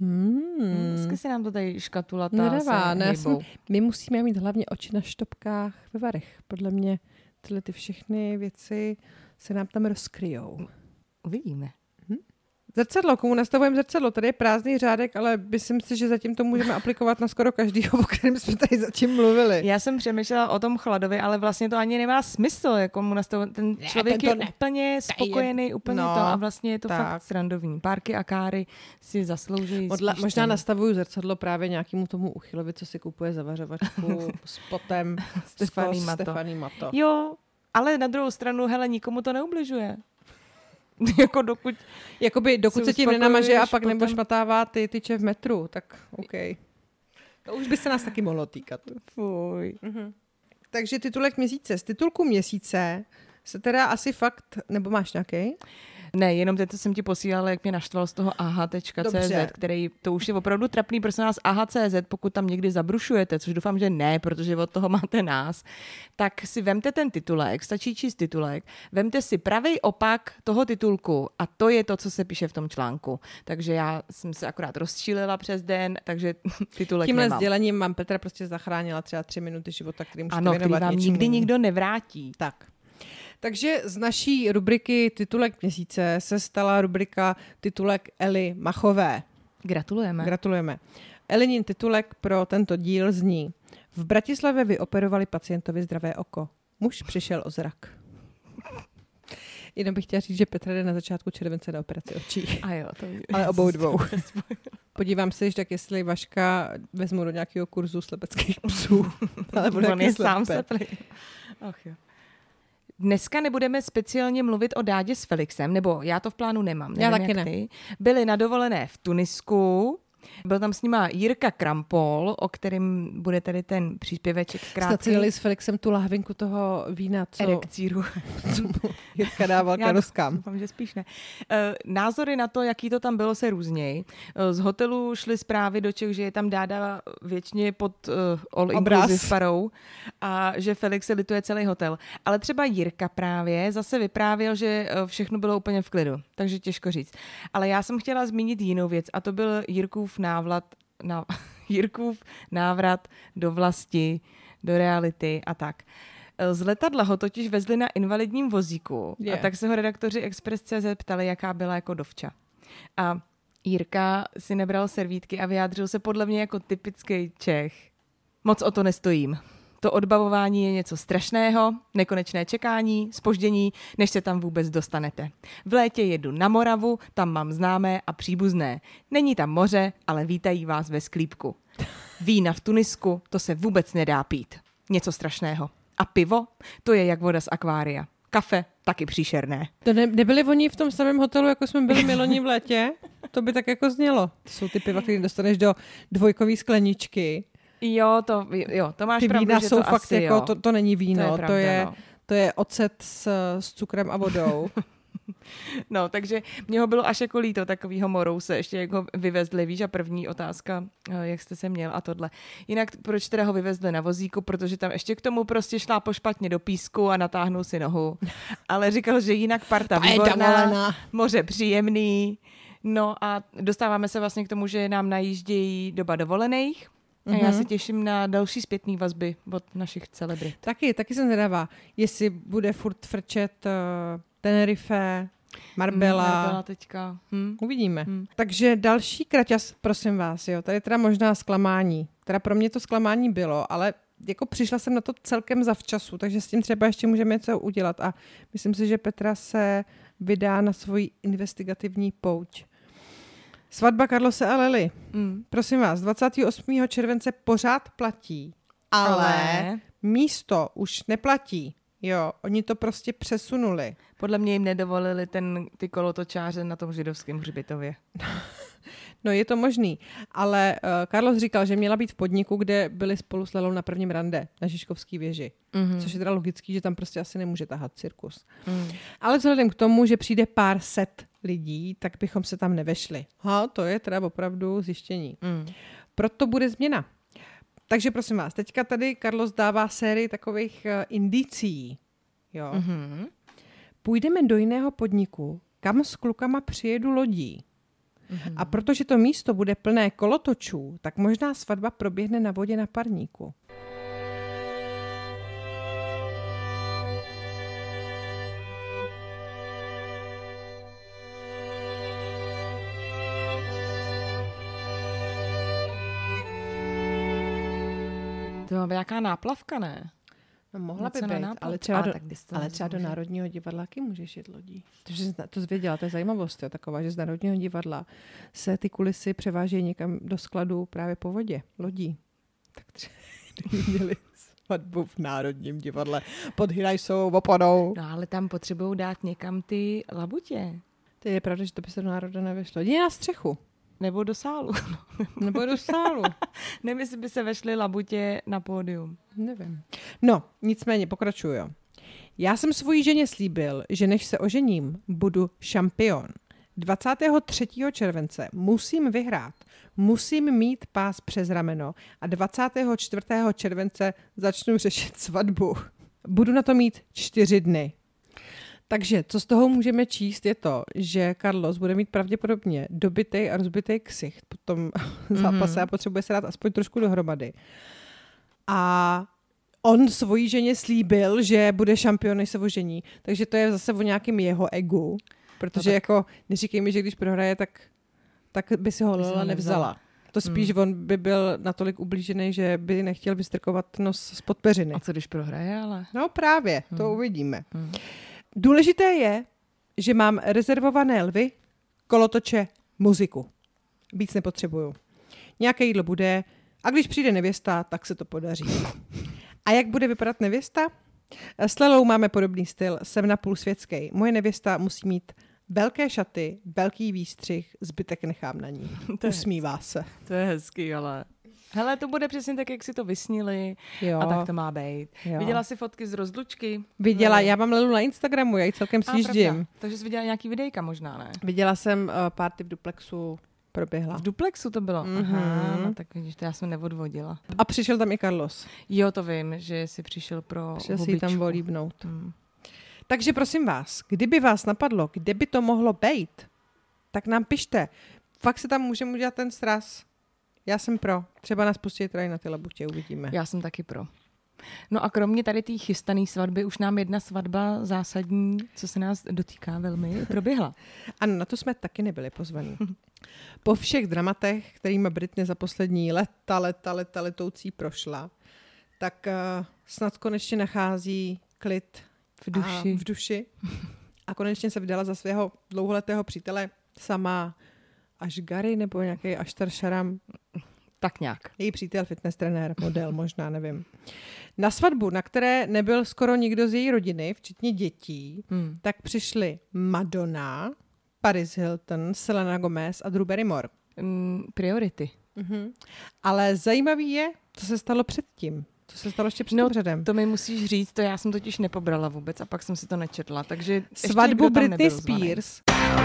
Dneska se nám to tady škatulatá nedává, my musíme mít hlavně oči na štopkách ve varech. Podle mě tyhle ty všechny věci se nám tam rozkryjou. Uvidíme. Zrcadlo, komu nastavujeme zrcadlo? Tady je prázdný řádek, ale myslím si, že zatím to můžeme aplikovat na skoro každýho, o kterém jsme tady zatím mluvili. Já jsem přemýšlela o tom chladovi, ale vlastně to ani nemá smysl, jako mu nastavovat. Ten člověk je úplně spokojený, úplně to a vlastně je to fakt srandovní. Párky a káry si zaslouží. Možná nastavuju zrcadlo právě nějakému tomu uchylovi, co si kupuje zavařovačku s potem Stefaní Mato. Jo, ale na druhou stranu, hele, nikomu to neubližuje. Jako dokud se tím nenamaže a pak nebo šmatává ty tyče v metru, tak OK. To už by se nás taky mohlo týkat. Fuj. Takže titulek měsíce. Z titulku měsíce se teda asi fakt, nebo máš nějaký? Ne, jenom teď jsem ti posílala, jak mě naštval z toho aha.cz, který, to už je opravdu trapný, prosím nás, aha.cz, pokud tam někdy zabrušujete, což doufám, že ne, protože od toho máte nás, tak si vemte ten titulek, stačí číst titulek, vemte si pravý opak toho titulku a to je to, co se píše v tom článku. Takže já jsem se akorát rozčílila přes den, takže titulek tímhle nemám. Tímhle sdělením vám Petra prostě zachránila třeba 3 minuty života, který můžete věnovat něčemu. Ano, který vám nikdy nikdo nevrátí. Tak. Takže z naší rubriky Titulek měsíce se stala rubrika Titulek Eli Machové. Gratulujeme. Elinin titulek pro tento díl zní: V Bratislavě vyoperovali pacientovi zdravé oko. Muž přišel o zrak. Jenom bych chtěla říct, že Petra jde na začátku července na operaci očí. A jo, to ale obou dvou. Podívám se, tak jestli Vaška vezmu do nějakého kurzu slepeckých psů. Ale on je sám slepý. Ach jo. Dneska nebudeme speciálně mluvit o Dádě s Felixem, nebo já to v plánu nemám. Já taky ne. Byli na dovolené v Tunisku Byl tam s nima Jirka Krampol, o kterém bude tady ten příspěveček krátký. Jste si dali s Felixem tu lahvinku toho vína, co Erekcíru. Jirka dával karoskám. Doufám, že spíš ne. Názory na to, jaký to tam bylo, se různějí. Z hotelu šly zprávy do Čech, že je tam Dáda věčně pod all inclusive parou a že Felix se lituje celý hotel. Ale třeba Jirka právě zase vyprávěl, že všechno bylo úplně v klidu, takže těžko říct. Ale já jsem chtěla zmínit jinou věc a to byl Jirkův návrat do vlasti, do reality a tak. Z letadla ho totiž vezli na invalidním vozíku a tak se ho redaktoři Express.cz ptali, jaká byla jako dovča. A Jirka si nebral servítky a vyjádřil se podle mě jako typický Čech. Moc o to nestojím. To odbavování je něco strašného, nekonečné čekání, zpoždění, než se tam vůbec dostanete. V létě jedu na Moravu, tam mám známé a příbuzné. Není tam moře, ale vítají vás ve sklípku. Vína v Tunisku, to se vůbec nedá pít. Něco strašného. A pivo? To je jak voda z akvária. Kafe? Taky příšerné. To nebyli oni v tom samém hotelu, jako jsme byli miloni v létě? To by tak jako znělo. To jsou ty piva, které dostaneš do dvojkové skleničky. Jo, to máš pravdu, že jsou to fakt asi jako, to není víno, to je, pravda, to je ocet s cukrem a vodou. No, takže mě ho bylo až jako líto takovýho Morouse, ještě jak ho vyvezli, víš, a první otázka, jak jste se měl a tohle. Jinak proč teda ho vyvezli na vozíku, protože tam ještě k tomu prostě šlápl špatně do písku a natáhnul si nohu. Ale říkal, že jinak parta výborná, moře příjemný. No a dostáváme se vlastně k tomu, že nám najíždějí doba dovolených. A já se těším na další zpětný vazby od našich celebrit. Taky jsem zvědavá, jestli bude furt frčet Tenerife, Marbella teďka. Uvidíme. Takže další kraťas, prosím vás, jo, tady teda možná zklamání. Teda pro mě to zklamání bylo, ale jako přišla jsem na to celkem zavčasu, takže s tím třeba ještě můžeme něco udělat a myslím si, že Petra se vydá na svoji investigativní pouť. Svatba Carlose a Lely. Prosím vás, 28. července pořád platí, ale místo už neplatí. Jo, oni to prostě přesunuli. Podle mě jim nedovolili ty kolotočáře na tom židovském hřbitově. No je to možný, ale Carlos říkal, že měla být v podniku, kde byli spolu s Lelou na prvním rande na Žižkovský věži. Což je teda logický, že tam prostě asi nemůže tahat cirkus. Ale vzhledem k tomu, že přijde pár set lidí, tak bychom se tam nevešli. To je teda opravdu zjištění. Proto bude změna. Takže prosím vás, teďka tady Carlos dává sérii takových indicí. Jo. Půjdeme do jiného podniku, kam s klukama přijedu lodí. A protože to místo bude plné kolotočů, tak možná svatba proběhne na vodě na parníku. To je jaká náplavka, ne? No, mohla by být, ale třeba do Národního divadla můžeš jet lodí. To zvěděla, to je zajímavost, jo, taková, že z Národního divadla se ty kulisy převážejí někam do skladu právě po vodě, lodí. Tak třeba měli svatbu v Národním divadle pod Hyrajsovou opadou. No ale tam potřebují dát někam ty labutě. To je pravda, že to by se do Národa nevešlo. Jdi na střechu. Nebo do sálu. Nevím, jestli by se vešly labutě na pódium. Nevím. No, nicméně pokračuju. Já jsem svojí ženě slíbil, že než se ožením, budu šampion. 23. července musím vyhrát. Musím mít pás přes rameno a 24. července začnu řešit svatbu. Budu na to mít 4 dny. Takže co z toho můžeme číst je to, že Carlos bude mít pravděpodobně dobitej a rozbitej ksicht po tom zápase a potřebuje se dát aspoň trošku dohromady. A on svojí ženě slíbil, že bude šampion, než se ožení. Takže to je zase o nějakém jeho egu. Protože jako neříkej mi, že když prohraje, tak by si ho Lela nevzala. To spíš on by byl natolik ublížený, že by nechtěl vystrkovat nos spod peřiny. A co když prohraje, ale? No právě, to uvidíme. Důležité je, že mám rezervované lvy, kolotoče, muziku. Víc nepotřebuju. Nějaké jídlo bude a když přijde nevěsta, tak se to podaří. A jak bude vypadat nevěsta? S Lelou máme podobný styl, jsem napůl světský. Moje nevěsta musí mít velké šaty, velký výstřih, zbytek nechám na ní. Usmívá se. To je hezký, ale... Hele, to bude přesně tak, jak si to vysnili a tak to má být. Jo. Viděla jsi fotky z rozlučky? Viděla, já mám Lelu na Instagramu, já ji celkem sjíždím. Takže jsi viděla nějaký videjka možná, ne? Viděla jsem party v duplexu, proběhla. V duplexu to bylo? Aha, no tak vidíš, to já jsem neodvodila. A přišel tam i Carlos. Jo, to vím, že jsi přišel pro Přišel si hubičku. ji tam volíbnout. Takže prosím vás, kdyby vás napadlo, kde by to mohlo být, tak nám pište. Fakt se tam můžeme udělat ten sraz. Já jsem pro. Třeba nás pustí tady na ty labutě, uvidíme. Já jsem taky pro. No a kromě tady té chystané svatby už nám jedna svatba zásadní, co se nás dotýká velmi, proběhla. Ano, na to jsme taky nebyli pozvaní. Po všech dramatech, kterými Britney za poslední letoucí prošla, tak snad konečně nachází klid v duši. A konečně se vydala za svého dlouholetého přítele sama Ashgari nebo nějaký Ashtar Sharam. Tak nějak. Její přítel, fitness trenér, model, možná, nevím. Na svatbu, na které nebyl skoro nikdo z její rodiny, včetně dětí, tak přišli Madonna, Paris Hilton, Selena Gomez a Drew Barrymore. Priority. Ale zajímavý je, co se stalo předtím. Co se stalo ještě před obřadem. To mi musíš říct, to já jsem totiž nepobrala vůbec a pak jsem si to nečetla. Takže svatbu Britney Spears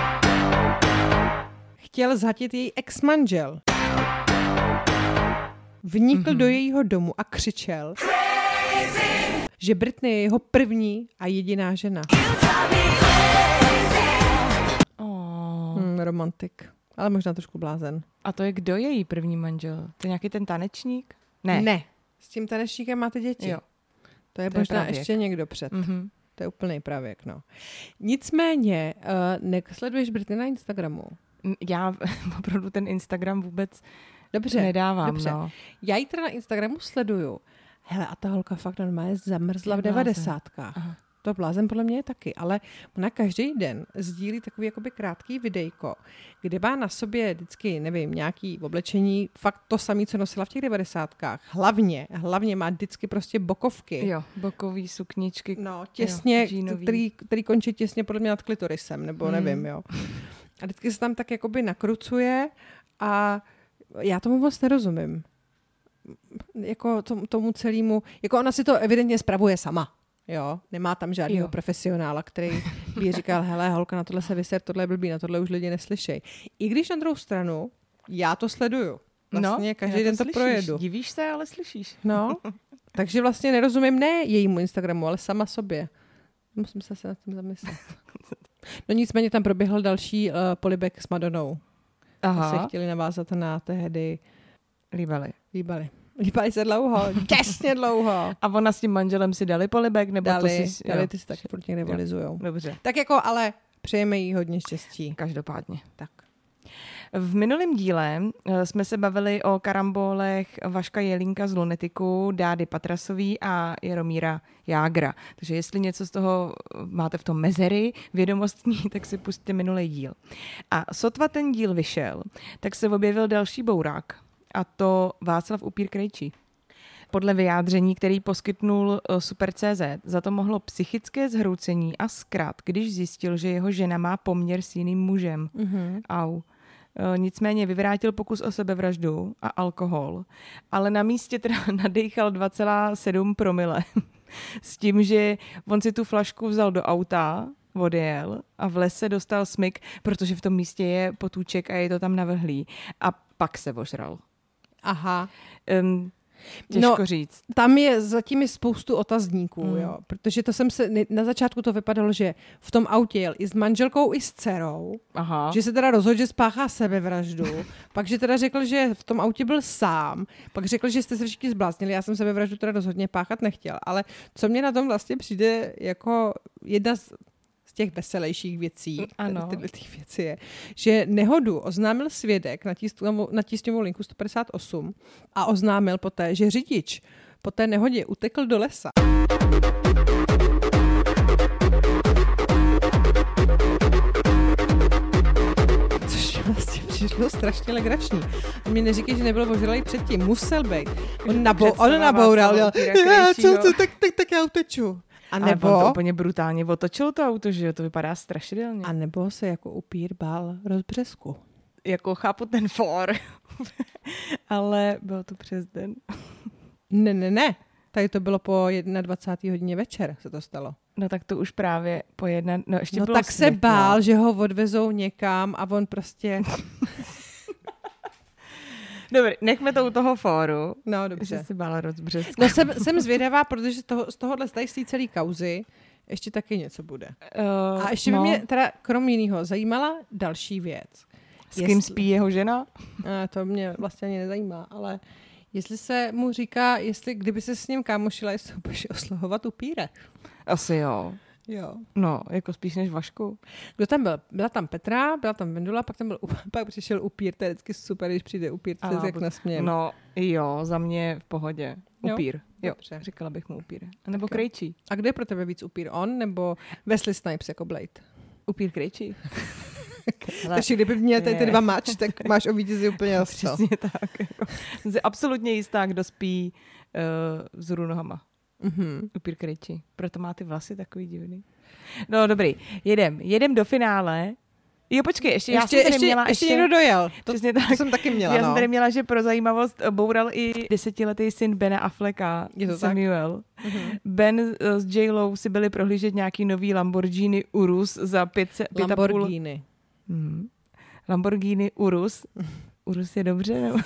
chtěl zhatit její ex-manžel. Vnikl do jejího domu a křičel, že Britney je jeho první a jediná žena. Romantik. Ale možná trošku blázen. A to je kdo je její první manžel? To je nějaký ten tanečník? Ne. S tím tanečníkem máte děti. Jo. To je možná ještě někdo před. To je úplný pravěk, no. Nicméně, nesleduješ Britney na Instagramu? Já opravdu ten Instagram vůbec dobře, nedávám. Dobře. No. Já ji teda na Instagramu sleduju. Hele, a ta holka fakt normálně zamrzla v 90kách. To blázen podle mě je taky, ale ona každý den sdílí takový jakoby krátký videjko, kde má na sobě vždycky, nevím, nějaký oblečení, fakt to samé, co nosila v těch 90kách. Hlavně má vždycky prostě bokovky. Jo, bokový sukničky. No, těsně, který končí těsně podle mě nad klitorisem, nebo nevím, jo. A vždycky se tam tak jakoby nakrucuje a já tomu moc nerozumím. Jako tomu celému, jako ona si to evidentně spravuje sama. Jo, nemá tam žádného profesionála, který by říkal, hele, holka, na tohle se vyser, tohle je blbý, na tohle už lidi neslyšej. I když na druhou stranu, já to sleduju. Vlastně každý den to projedu. Divíš se, ale slyšíš. No, takže vlastně nerozumím ne jejímu Instagramu, ale sama sobě. Musím se nad tím zamyslet. No nicméně tam proběhl další polibek s Madonou. Aha. Asi chtěli navázat na tehdy. Líbali se dlouho, těsně dlouho. A ona s tím manželem si dali polibek? Nebo dali, to si... dali, ty si taky furt někde volizujou. Dobře. Tak jako, ale přejeme jí hodně štěstí. Každopádně. Tak. V minulém díle jsme se bavili o karambolech Vaška Jelínka z Lunetiku, Dády Patrasový a Jaromíra Jágra. Takže jestli něco z toho máte v tom mezery vědomostní, tak si pusťte minulý díl. A sotva ten díl vyšel, tak se objevil další bourák. A to Václav Upír Krejčí. Podle vyjádření, který poskytnul Super.cz, za to mohlo psychické zhroucení a zkrat, když zjistil, že jeho žena má poměr s jiným mužem. Au. Nicméně vyvrátil pokus o sebevraždu a alkohol, ale na místě teda nadýchal 2,7 promile. S tím, že on si tu flašku vzal do auta, odjel a v lese dostal smyk, protože v tom místě je potůček a je to tam navlhlý. A pak se ožral. Aha. Těžko říct. Tam je zatím spoustu otazníků, jo, protože to jsem se, na začátku to vypadalo, že v tom autě jel i s manželkou, i s dcerou, že se teda rozhodl, že spáchá sebevraždu, pak, že teda řekl, že v tom autě byl sám, pak řekl, že jste se všichni zbláznili, já jsem sebevraždu teda rozhodně páchat nechtěl, ale co mě na tom vlastně přijde jako jedna z těch veselějších věcí, tyhle věci je, že nehodu oznámil svědek na tísňovou linku 158 a oznámil poté, že řidič po té nehodě utekl do lesa. Což mi vlastně přišlo strašně legrační. A mě neříkej, že nebyl ožralý předtím. Musel být. On naboural. Tak já uteču. A nebo ale on to úplně brutálně otočil to auto, že jo, to vypadá strašidelně. A nebo se jako upír bál rozbřesku. Jako chápu ten for, ale bylo to přes den. Ne. Tady to bylo po 21. hodině večer se to stalo. No tak to už právě po ještě no bylo tak světlo. se bál, že ho odvezou někam a on prostě... Dobrý, nechme to u toho fóru. No, dobře. Že si bála rozbřesku. No jsem zvědavá, protože z tohohle z té celé kauzy ještě taky něco bude. A ještě by mě teda krom jinýho zajímala další věc. S kým spí jeho žena? To mě vlastně ani nezajímá, ale jestli se mu říká, kdyby se s ním kámošila, jestli ho budeš oslovovat upíre. Asi jo. Jo. No, jako spíš než Vašku. Kdo tam byl? Byla tam Petra, byla tam Vendula, pak přišel upír, to je vždycky super, když přijde upír, to se jak nasmějem. No, jo, za mě v pohodě. Upír. Jo, dobře. Říkala bych mu upír. A nebo Krejčí. A kdo je pro tebe víc upír, on nebo Wesley Snipes jako Blade? Upír Krejčí. Takže kdyby měl ty dva mač, tak máš o vítězi úplně jasno. Přesně tak. Jsem si absolutně jistá, kdo spí vzhůru nohama. Mm-hmm. Upír Krejčí. Proto má ty vlasy takový divný. No dobrý, jedem do finále. Jo, počkej, ještě někdo dojel. Přesně tak. To jsem taky měla. Já jsem tady měla, že pro zajímavost boural i 10letý syn Bena Afflecka, Samuel. Mm-hmm. Ben s J-Lo si byli prohlížet nějaký nový Lamborghini Urus za 5,5... Lamborghini. Lamborghini Urus. Urus je dobře, nebo?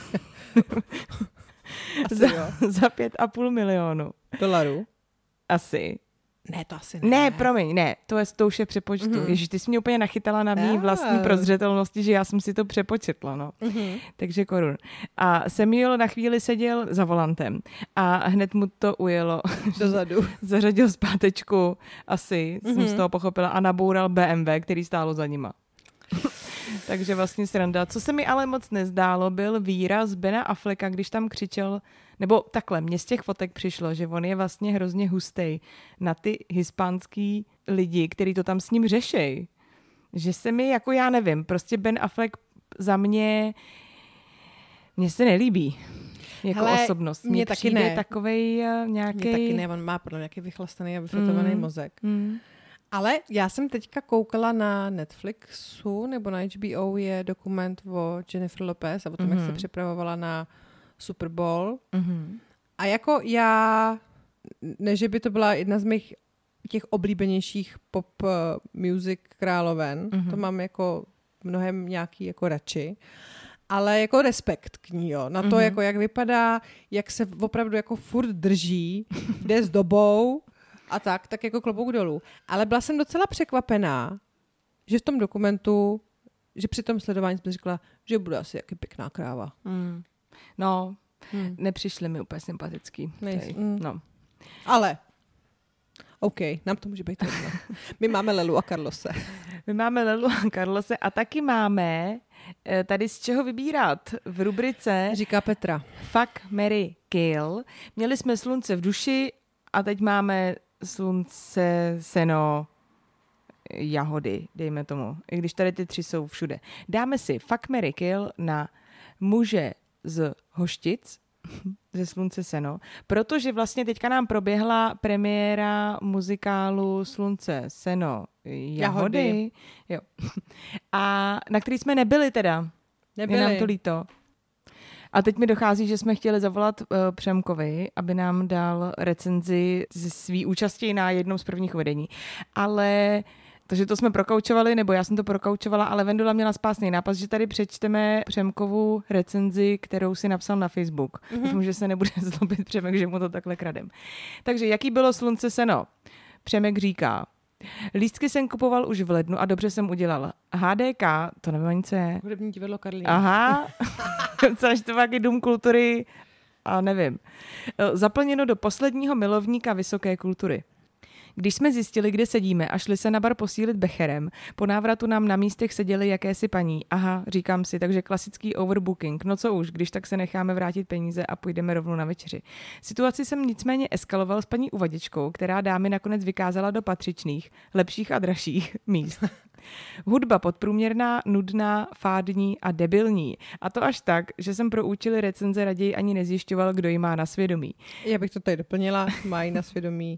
za 5,5 milionu. Dolarů? Asi. Ne, to asi ne. Ne, promiň, ne, to už je přepočtu. Mm-hmm. Ježiš, ty jsi mě úplně nachytala na mý vlastní prozřetelnosti, že já jsem si to přepočetla, no. Mm-hmm. Takže korun. A Samuel na chvíli seděl za volantem a hned mu to ujelo. Dozadu. Zařadil zpátečku, asi, jsem z toho pochopila, a naboural BMW, který stálo za nima. Takže vlastně sranda. Co se mi ale moc nezdálo, byl výraz Bena Afflecka, když tam křičel, nebo takhle, mně z těch fotek přišlo, že on je vlastně hrozně hustej na ty hispánský lidi, kteří to tam s ním řešejí. Že se mi, jako já nevím, prostě Ben Affleck za mně se nelíbí. Jako hele, osobnost. Mně taky ne. Takovej nějaký. Mně taky ne, on má podle nějaký vychlastaný a vyfiltrovaný mozek. Ale já jsem teďka koukala na Netflixu, nebo na HBO je dokument o Jennifer Lopez a o tom, jak se připravovala na Super Bowl. A jako já, ne, že by to byla jedna z mých těch oblíbenějších pop music královen, to mám jako mnohem nějaký jako radši, ale jako respekt k ní, jo, na to, jako jak vypadá, jak se opravdu jako furt drží, jde s dobou a tak jako klobouk dolů. Ale byla jsem docela překvapená, že v tom dokumentu, že při tom sledování jsem řekla, že bude asi jaký pěkná kráva. No, nepřišli mi úplně sympatický. No. Ale, OK, nám to může být jedno. My máme Lelu a Carlose. A taky máme tady z čeho vybírat v rubrice říká Petra. Fuck, Marry, Kill. Měli jsme slunce v duši a teď máme slunce, seno, jahody, dejme tomu. I když tady ty tři jsou všude. Dáme si Fuck, Marry, Kill na muže z Hoštic, ze Slunce, seno, protože vlastně teďka nám proběhla premiéra muzikálu Slunce, seno, jahody. Jo. A na který jsme nebyli teda. Je nám to líto. A teď mi dochází, že jsme chtěli zavolat Přemkovi, aby nám dal recenzi ze svý účasti na jednom z prvních uvedení. Ale takže to jsme prokaučovali, nebo já jsem to prokaučovala, ale Vendula měla spásný nápad, že tady přečteme Přemkovu recenzi, kterou si napsal na Facebook. Doufám, že se nebude zlobit Přemek, že mu to takhle kradem. Takže jaký bylo Slunce, seno? Přemek říká: lístky jsem kupoval už v lednu a dobře jsem udělal. HDK, to nevím ani co je. Hudební divadlo Karlín. Aha, což to nějaký dům kultury a nevím. Zaplněno do posledního milovníka vysoké kultury. Když jsme zjistili, kde sedíme a šli se na bar posílit becherem, po návratu nám na místech seděly jakési paní. Aha, říkám si, takže klasický overbooking. No co už, když tak se necháme vrátit peníze a půjdeme rovnou na večeři. Situaci jsem nicméně eskaloval s paní uvaděčkou, která dámy nakonec vykázala do patřičných, lepších a dražších míst. Hudba podprůměrná, nudná, fádní a debilní. A to až tak, že jsem pro účely recenze raději ani nezjišťoval, kdo ji má na svědomí. Já bych to tady doplnila, mají na svědomí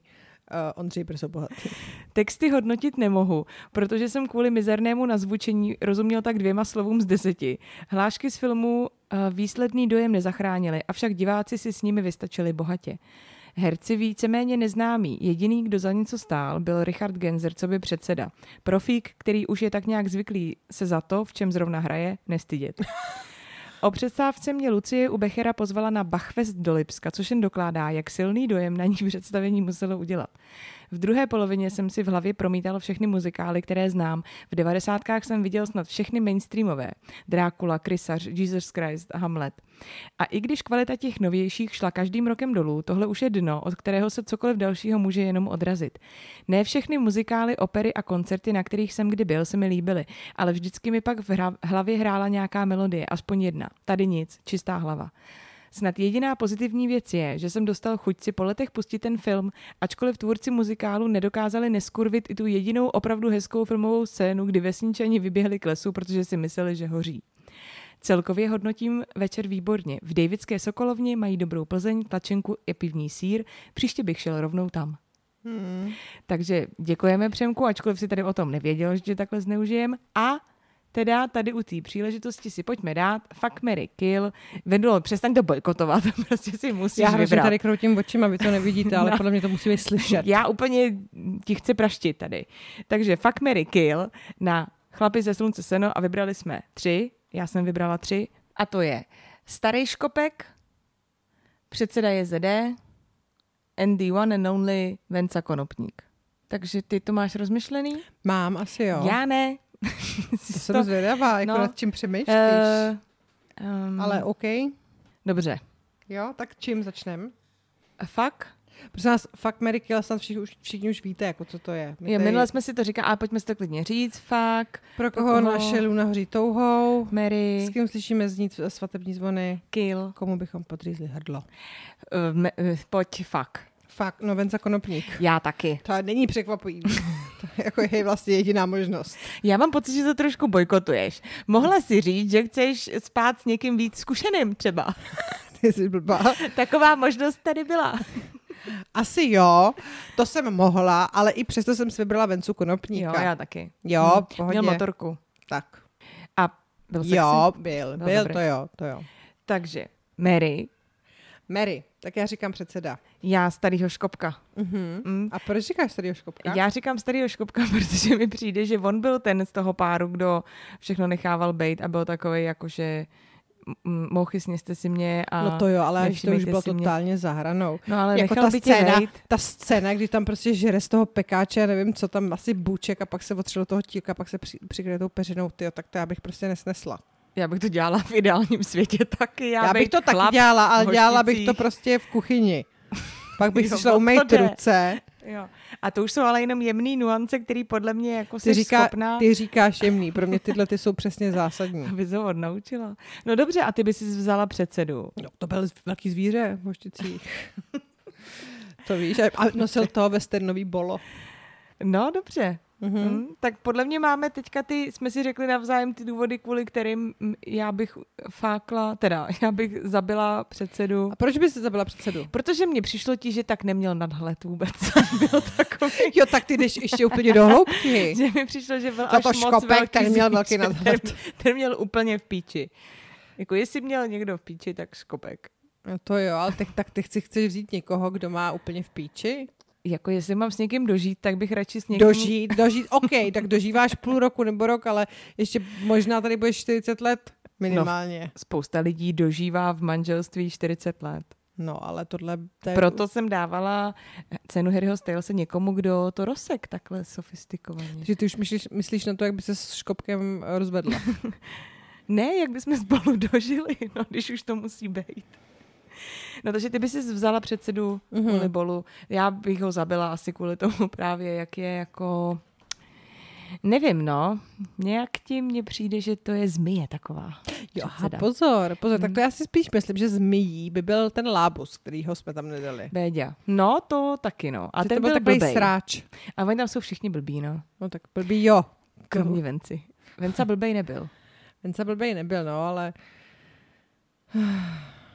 Ondřej Brzo bohatý. Texty hodnotit nemohu, protože jsem kvůli mizernému nazvučení rozuměl tak 2 slovům z 10. Hlášky z filmu výsledný dojem nezachránily, avšak diváci si s nimi vystačili bohatě. Herci víceméně neznámí. Jediný, kdo za něco stál, byl Richard Genzer, co by předseda. Profík, který už je tak nějak zvyklý se za to, v čem zrovna hraje, nestydět. O představce mě Lucie u Bechera pozvala na Bachfest do Lipska, což jen dokládá, jak silný dojem na ní představení muselo udělat. V druhé polovině jsem si v hlavě promítal všechny muzikály, které znám. V 90kách jsem viděl snad všechny mainstreamové. Drákula, Krysař, Jesus Christ a Hamlet. A i když kvalita těch novějších šla každým rokem dolů, tohle už je dno, od kterého se cokoliv dalšího může jenom odrazit. Ne všechny muzikály, opery a koncerty, na kterých jsem kdy byl, se mi líbily, ale vždycky mi pak v hlavě hrála nějaká melodie, aspoň jedna. Tady nic, čistá hlava. Snad jediná pozitivní věc je, že jsem dostal chuť si po letech pustit ten film, ačkoliv tvůrci muzikálu nedokázali neskurvit i tu jedinou opravdu hezkou filmovou scénu, kdy vesničani vyběhli k lesu, protože si mysleli, že hoří. Celkově hodnotím večer výborně. V Davidské Sokolovně mají dobrou Plzeň, tlačenku i pivní sýr. Příště bych šel rovnou tam. Takže děkujeme, Přemku, ačkoliv si tady o tom nevěděl, že takhle zneužijem. A teda tady u té příležitosti si pojďme dát Fuck, Marry, Kill. Vendulo, přestaň to bojkotovat, prostě si musíš vybrat. Já tady kroutím očima, vy to nevidíte, ale podle mě to musí být slyšet. Já úplně ti chci praštit tady. Takže Fuck, Marry, Kill na Chlapi ze Slunce seno a vybrali jsme 3. Já jsem vybrala 3. A to je Starý Škopek, předseda JZD and the one and only Venca Konopník. Takže ty to máš rozmyšlený? Mám, asi jo. Já ne. To jsem zvědavá, jako nad čím přemýšlíš. Ale OK. Dobře. Jo, tak čím začnem? Fuck? Prosím nás, Fuck, Marry, Kill, snad všichni už víte, jako co to je. Minule jsme si to říkali, ale pojďme si to klidně říct. Fuck. Pro koho naše Luna hoří touhou. Marry. S kým slyšíme znít svatební zvony. Kill. Komu bychom podřízli hrdlo. Pojď fuck. Fuck, no Venca Konopník. Já taky. To není překvapující. To jako je vlastně jediná možnost. Já mám pocit, že to trošku bojkotuješ. Mohla si říct, že chceš spát s někým víc zkušeným třeba. Ty jsi blbá. Taková možnost tady byla. Asi jo, to jsem mohla, ale i přesto jsem si vybrala Vencu Konopníka. Jo, já taky. Jo, pohodě. Měl motorku. Tak. A byl sexy? Jo, byl to jo. Takže Marry. Tak já říkám předseda. Já Starýho Škopka. A proč říkáš Starýho Škopka? Já říkám Starýho Škopka, protože mi přijde, že on byl ten z toho páru, kdo všechno nechával bejt a byl takovej jakože mouchy, sněste si mě a no to jo, ale až to už bylo totálně za hranou. No ale jako ta scéna, kdy tam prostě žere z toho pekáče, nevím co tam, asi bůček a pak se otře do toho tílka, pak se přikryje tou peřinou, tyjo, tak to já bych prostě nesnesla. Já bych to dělala v ideálním světě taky. Já bych to taky dělala, ale dělala bych to prostě v kuchyni. Pak bych si šla umýt ruce. Jo. A to už jsou ale jenom jemný nuance, který podle mě jako jsi schopná... Ty říkáš jemný, pro mě tyhle ty jsou přesně zásadní. Aby se odnaučila. No dobře, a ty by si vzala předsedu. No to byl velký zvíře v Mošticích. To víš, a nosil to westernový bolo. No dobře. Tak podle mě máme teďka jsme si řekli navzájem ty důvody, kvůli kterým já bych zabila předsedu. A proč bys zabila předsedu? Protože mně přišlo ti, že tak neměl nadhled vůbec. Byl takový. Jo, tak ty jdeš ještě úplně do hloubky. Že mi přišlo, že byl až moc Škopek, velký. Ten měl velký nadhled. Ten měl úplně v píči. Jako jestli měl někdo v píči, tak Škopek. No to jo, ale tak ty chceš vzít někoho, kdo má úplně v píči? Jako jestli mám s někým dožít, tak bych radši s někým... Dožít, OK, tak dožíváš půl roku nebo rok, ale ještě možná tady budeš 40 let minimálně. No, spousta lidí dožívá v manželství 40 let. No, ale tohle... Proto jsem dávala cenu Harryho Stylese někomu, kdo to rozsek takhle sofistikovaně. Takže ty už myslíš na to, jak by se s Škopkem rozvedla? Ne, jak bychom spolu dožili, no, když už to musí být. No takže ty by si vzala předsedu volejbolu. Já bych ho zabila asi kvůli tomu právě, jak je jako... Nevím, no. Nějak ti mně přijde, že to je zmije taková. Jo, pozor, tak to já si spíš myslím, že zmijí by byl ten Lábus, kterýho jsme tam nedali. Béďa. No, to taky, no. A že ten byl takový sráč. A oni tam jsou všichni blbí, no. No tak blbý, jo. Kromě Venci. Venca blbej nebyl. Venca blbej nebyl, no, ale...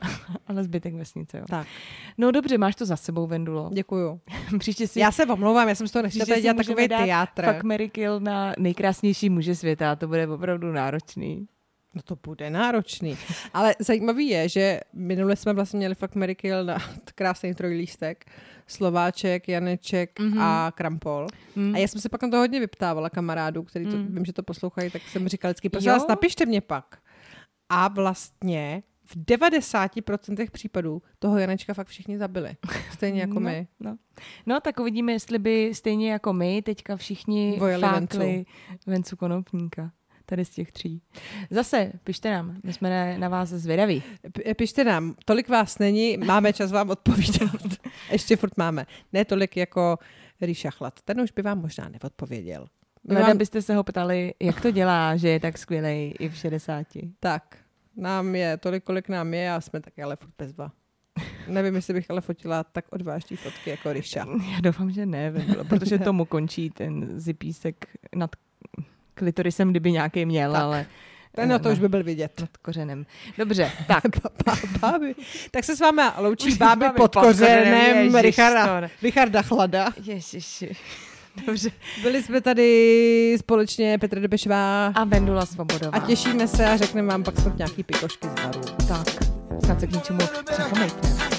Ale zbytek vesnice, jo. Tak. No dobře, máš to za sebou, Vendulo. Děkuju. Příště si... Já se omlouvám, já jsem z toho nechtěla tady dělat takový teátr. Fuck, Marry, Kill na nejkrásnější muže světa, to bude opravdu náročný. No to bude náročný. Ale zajímavý je, že minule jsme vlastně měli Fuck, Marry, Kill na krásný trojlístek. Slováček, Janeček a Krampol. A já jsem se pak na to hodně vyptávala kamarádů, který to, vím, že to poslouchají, tak jsem říkala vždycky, prosím vás, napište mě pak. A vlastně v 90% případů toho Janečka fakt všichni zabili. Stejně jako my. No, tak uvidíme, jestli by stejně jako my teďka všichni fákli Vencu Konopníka. Tady z těch 3. Zase, pište nám, my jsme na vás zvědaví. Pište nám, tolik vás není, máme čas vám odpovídat. Ještě furt máme. Ne tolik jako Ríša Chlad, ten už by vám možná neodpověděl. Leda byste se ho ptali, jak to dělá, že je tak skvělej i v 60. Tak, nám je tolik, kolik nám je a jsme taky ale furt bezva. Nevím, jestli bych ale fotila tak odvážný fotky jako Ríša. Já doufám, že ne, protože tomu končí ten zipísek nad klitorisem, kdyby nějaký měl, tak. Ale... No to už by byl vidět. Nad kořenem. Dobře, tak. Báby. Tak se s vámi loučí báby pod kořenem Richarda Chlada. Ježiši. Dobře. Byli jsme tady společně Petra Debešová a Vendula Svobodová. A těšíme se a řekneme vám pak snad nějaký pikošky z baru. Tak, snad se k něčemu přechomejte.